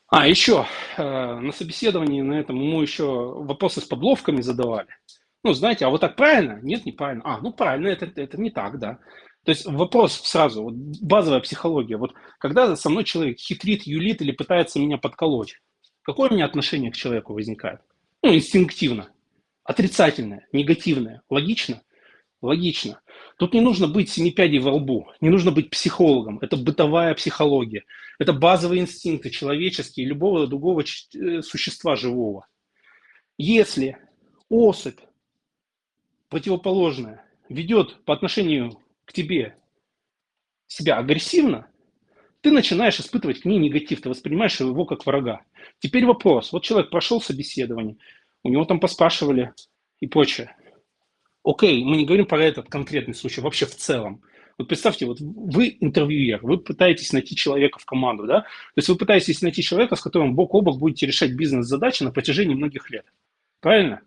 Еще на собеседовании на этом ему еще вопросы с подловками задавали. Ну, знаете, а вот так правильно? Нет, неправильно. Ну правильно, это не так, да. То есть вопрос сразу, вот базовая психология. Вот когда со мной человек хитрит, юлит или пытается меня подколоть, какое у меня отношение к человеку возникает? Ну, инстинктивно. Отрицательное, негативное. Логично? Логично. Тут не нужно быть семипядей во лбу, не нужно быть психологом. Это бытовая психология. Это базовые инстинкты человеческие любого другого существа живого. Если особь противоположная ведет по отношению к тебе себя агрессивно, ты начинаешь испытывать к ней негатив, ты воспринимаешь его как врага. Теперь вопрос. Вот человек прошел собеседование, у него там поспрашивали и прочее. Окей, мы не говорим про этот конкретный случай, вообще в целом. Вот представьте, вот вы интервьюер, вы пытаетесь найти человека в команду, да? То есть вы пытаетесь найти человека, с которым бок о бок будете решать бизнес-задачи на протяжении многих лет. Правильно?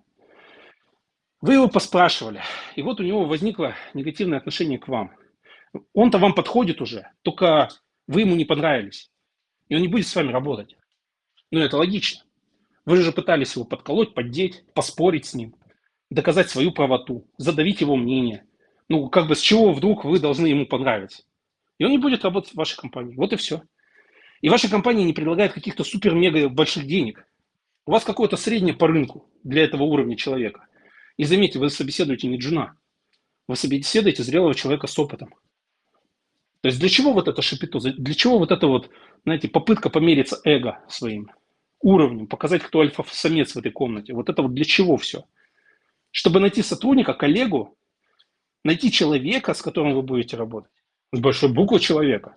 Вы его поспрашивали, и вот у него возникло негативное отношение к вам. Он-то вам подходит уже, только вы ему не понравились, и он не будет с вами работать. Ну, это логично. Вы же пытались его подколоть, поддеть, поспорить с ним, доказать свою правоту, задавить его мнение. Ну, как бы с чего вдруг вы должны ему понравиться? И он не будет работать в вашей компании. Вот и все. И ваша компания не предлагает каких-то супер-мега больших денег. У вас какое-то среднее по рынку для этого уровня человека. И заметьте, вы собеседуете не джуна, вы собеседуете зрелого человека с опытом. То есть для чего вот это шапито? Для чего вот это вот, знаете, попытка помериться эго своим уровнем, показать, кто альфа-самец в этой комнате? Вот это вот для чего все? Чтобы найти сотрудника, коллегу, найти человека, с которым вы будете работать, с большой буквы человека,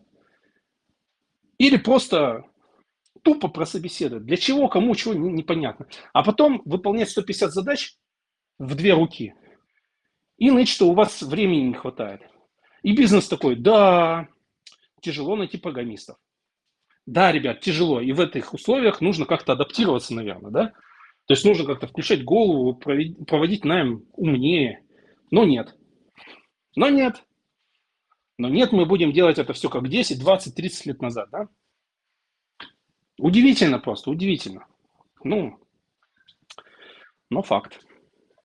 или просто тупо прособеседовать. Для чего, кому, чего, непонятно. А потом выполнять 150 задач в две руки и ныть, что у вас времени не хватает. И бизнес такой, да, тяжело найти программистов. Да, ребят, тяжело. И в этих условиях нужно как-то адаптироваться, наверное, да? То есть нужно как-то включать голову, проводить найм умнее. Но нет. Но нет. Но нет, мы будем делать это все как 10, 20, 30 лет назад, да? Удивительно просто, удивительно. Ну, но факт.